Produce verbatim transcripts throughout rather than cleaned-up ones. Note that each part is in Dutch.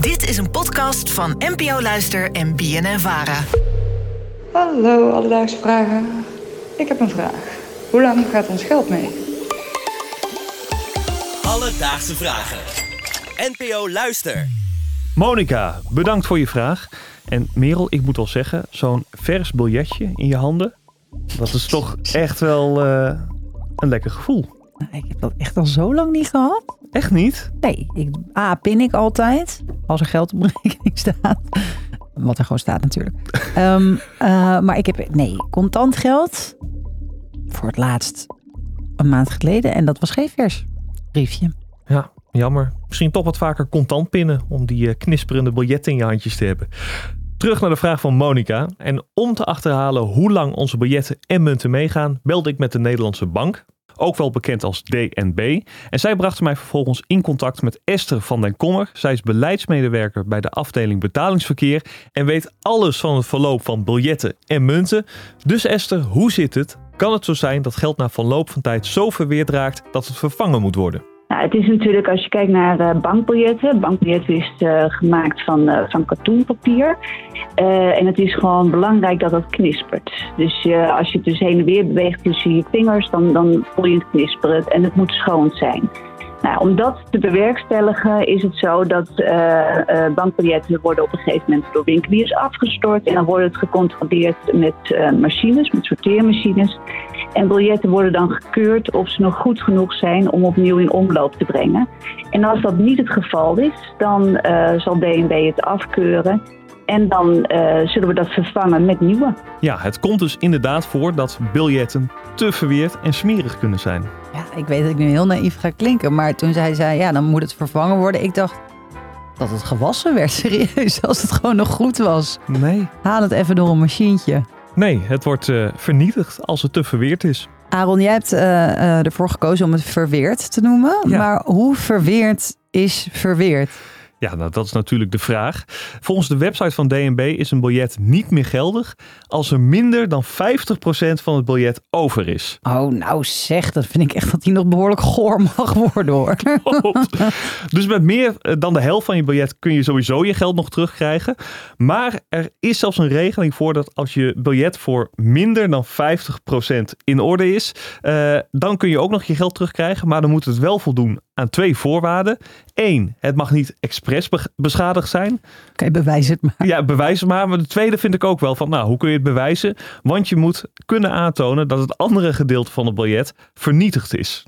Dit is een podcast van N P O Luister en B N N Vara. Hallo, alledaagse vragen. Ik heb een vraag. Hoe lang gaat ons geld mee? Alledaagse vragen. N P O Luister. Monica, bedankt voor je vraag. En Merel, ik moet wel zeggen, zo'n vers biljetje in je handen, dat is toch echt wel uh, een lekker gevoel. Ik heb dat echt al zo lang niet gehad. Echt niet? Nee, ik, A, pin ik altijd als er geld op rekening staat. Wat er gewoon staat natuurlijk. um, uh, maar ik heb, nee, contant geld voor het laatst een maand geleden. En dat was geen vers briefje. Ja, jammer. Misschien toch wat vaker contant pinnen om die uh, knisperende biljetten in je handjes te hebben. Terug naar de vraag van Monica. En om te achterhalen hoe lang onze biljetten en munten meegaan, belde ik met de Nederlandse Bank. Ook wel bekend als D N B. En zij brachten mij vervolgens in contact met Esther van den Kommer. Zij is beleidsmedewerker bij de afdeling betalingsverkeer en weet alles van het verloop van biljetten en munten. Dus Esther, hoe zit het? Kan het zo zijn dat geld na verloop van tijd zo verweerd raakt dat het vervangen moet worden? Nou, het is natuurlijk, als je kijkt naar uh, bankbiljetten. Bankbiljetten is uh, gemaakt van, uh, van katoenpapier. Uh, en het is gewoon belangrijk dat het knispert. Dus uh, als je het dus heen en weer beweegt tussen je vingers, dan, dan voel je het knisperen. En het moet schoon zijn. Nou, om dat te bewerkstelligen is het zo dat uh, uh, bankbiljetten worden op een gegeven moment door winkeliers afgestort. En dan wordt het gecontroleerd met uh, machines, met sorteermachines. En biljetten worden dan gekeurd of ze nog goed genoeg zijn om opnieuw in omloop te brengen. En als dat niet het geval is, dan uh, zal D N B het afkeuren. En dan uh, zullen we dat vervangen met nieuwe. Ja, het komt dus inderdaad voor dat biljetten te verweerd en smerig kunnen zijn. Ja, ik weet dat ik nu heel naïef ga klinken. Maar toen zij zei, ja, dan moet het vervangen worden. Ik dacht dat het gewassen werd, serieus. Als het gewoon nog goed was. Nee. Haal het even door een machientje. Nee, het wordt uh, vernietigd als het te verweerd is. Aaron, jij hebt uh, uh, ervoor gekozen om het verweerd te noemen. Ja. Maar hoe verweerd is verweerd? Ja, nou, dat is natuurlijk de vraag. Volgens de website van D N B is een biljet niet meer geldig als er minder dan vijftig procent van het biljet over is. Oh, nou zeg, dat vind ik echt dat die nog behoorlijk goor mag worden, hoor. Dus met meer dan de helft van je biljet kun je sowieso je geld nog terugkrijgen. Maar er is zelfs een regeling voor dat als je biljet voor minder dan vijftig procent in orde is, uh, dan kun je ook nog je geld terugkrijgen. Maar dan moet het wel voldoen aan twee voorwaarden. Eén, het mag niet expres beschadigd zijn. Oké, okay, bewijs het maar. Ja, bewijs het maar. Maar de tweede vind ik ook wel van, nou, hoe kun je het bewijzen? Want je moet kunnen aantonen dat het andere gedeelte van het biljet vernietigd is.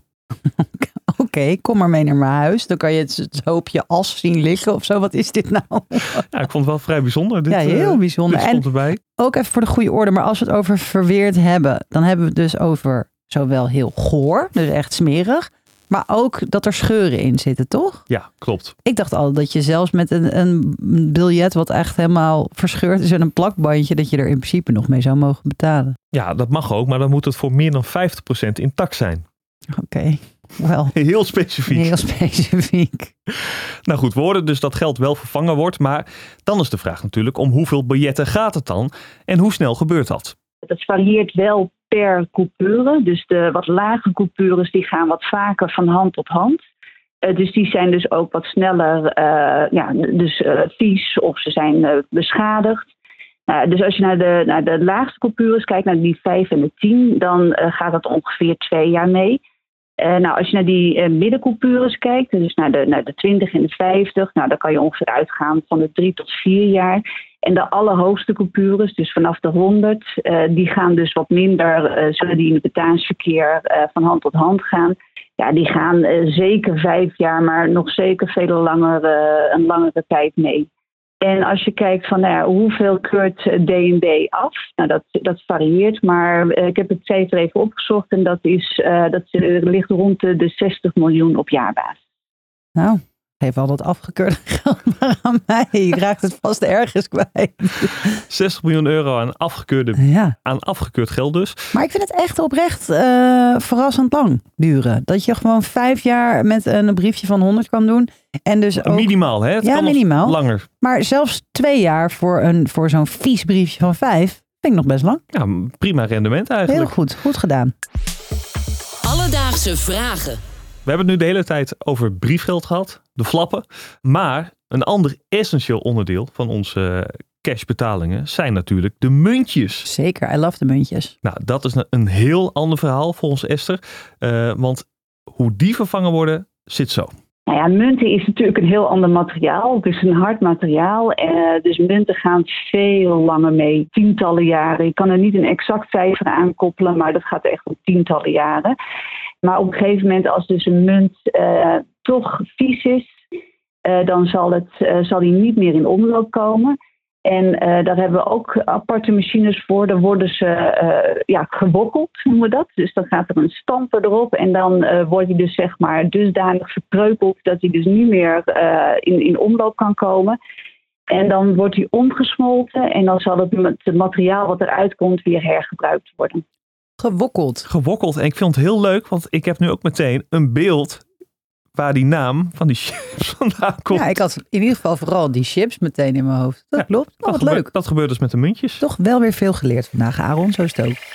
Oké, okay, kom maar mee naar mijn huis. Dan kan je het, het hoopje as zien liggen of zo. Wat is dit nou? Ja, ik vond het wel vrij bijzonder. Dit, ja, heel bijzonder. Dit stond erbij. En ook even voor de goede orde. Maar als we het over verweerd hebben, dan hebben we het dus over zowel heel goor, dus echt smerig, maar ook dat er scheuren in zitten, toch? Ja, klopt. Ik dacht al dat je zelfs met een, een biljet wat echt helemaal verscheurd is en een plakbandje, dat je er in principe nog mee zou mogen betalen. Ja, dat mag ook, maar dan moet het voor meer dan vijftig procent intact zijn. Oké, okay. Wel. Heel specifiek. Heel specifiek. Nou goed, we horen dus dat geld wel vervangen wordt, maar dan is de vraag natuurlijk om hoeveel biljetten gaat het dan en hoe snel gebeurt dat? Dat varieert wel per coupure. Dus de wat lage coupures die gaan wat vaker van hand op hand. Uh, dus die zijn dus ook wat sneller uh, ja, dus, uh, vies of ze zijn uh, beschadigd. Uh, dus als je naar de, naar de laagste coupures kijkt, naar die vijf en de tien, dan uh, gaat dat ongeveer twee jaar mee. Uh, nou, als je naar die uh, middencoupures kijkt, dus naar de, naar de twintig en de vijftig, nou, dan kan je ongeveer uitgaan van de drie tot vier jaar. En de allerhoogste coupures, dus vanaf de honderd, uh, die gaan dus wat minder, uh, zullen die in het betalingsverkeer uh, van hand tot hand gaan. Ja, die gaan uh, zeker vijf jaar, maar nog zeker veel langer, uh, een langere tijd mee. En als je kijkt van nou ja, hoeveel keurt D N B af, nou dat, dat varieert, maar uh, ik heb het cijfer even opgezocht en dat, is, uh, dat uh, ligt rond de, de zestig miljoen op jaarbasis. Nou, geef al dat afgekeurde geld maar aan mij. Je raakt het vast ergens kwijt. zestig miljoen euro aan, afgekeurde, ja. aan afgekeurd geld dus. Maar ik vind het echt oprecht uh, verrassend lang duren. Dat je gewoon vijf jaar met een briefje van honderd kan doen. En dus ook, minimaal, hè? Het ja, kan minimaal. Langer. Maar zelfs twee jaar voor, een, voor zo'n vies briefje van vijf vind ik nog best lang. Ja, prima rendement eigenlijk. Heel goed, goed gedaan. Alledaagse vragen. We hebben het nu de hele tijd over briefgeld gehad. de flappen. Maar een ander essentieel onderdeel van onze cashbetalingen zijn natuurlijk de muntjes. Zeker, I love de muntjes. Nou, dat is een heel ander verhaal volgens Esther. Uh, want hoe die vervangen worden, zit zo. Nou ja, munten is natuurlijk een heel ander materiaal. Het is een hard materiaal. Uh, dus munten gaan veel langer mee. Tientallen jaren. Je kan er niet een exact cijfer aan koppelen, maar dat gaat echt om tientallen jaren. Maar op een gegeven moment, als dus een munt uh, toch vies is, uh, dan zal, het, uh, zal die niet meer in omloop komen. En uh, daar hebben we ook aparte machines voor. Dan worden ze uh, ja, gewokkeld, noemen we dat. Dus dan gaat er een stamper erop. En dan uh, wordt die dus zeg maar dusdanig verkreukeld dat hij dus niet meer uh, in, in omloop kan komen. En dan wordt hij omgesmolten. En dan zal het, het materiaal wat eruit komt weer hergebruikt worden. Gewokkeld. Gewokkeld. En ik vind het heel leuk, want ik heb nu ook meteen een beeld waar die naam van die chips vandaan komt. Ja, ik had in ieder geval vooral die chips meteen in mijn hoofd. Dat ja, klopt. Oh, dat wat gebeurt, leuk. Dat gebeurt dus met de muntjes. Toch wel weer veel geleerd vandaag, Aaron. Zo is het ook.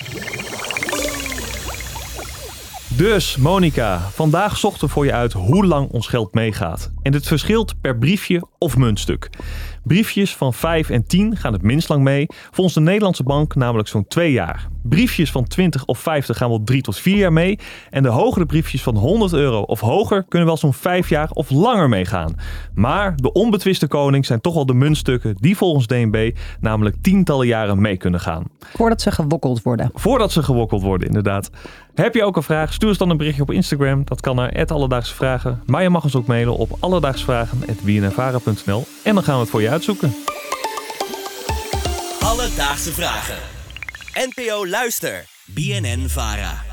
Dus, Monica, vandaag zochten we voor je uit hoe lang ons geld meegaat. En dit verschilt per briefje of muntstuk. Briefjes van vijf en tien gaan het minst lang mee. Volgens de Nederlandse bank namelijk zo'n twee jaar. Briefjes van twintig of vijftig gaan wel drie tot vier jaar mee. En de hogere briefjes van honderd euro of hoger kunnen wel zo'n vijf jaar of langer meegaan. Maar de onbetwiste koning zijn toch wel de muntstukken die volgens D N B namelijk tientallen jaren mee kunnen gaan. Voordat ze gewokkeld worden. Voordat ze gewokkeld worden, inderdaad. Heb je ook een vraag? Stuur ons dan een berichtje op Instagram. Dat kan naar at Alledaagse Vragen. Maar je mag ons ook mailen op alledaagsvragen at b n n vara punt n l. En dan gaan we het voor je uitzoeken. Alledaagse Vragen. N P O Luister. B N N Vara.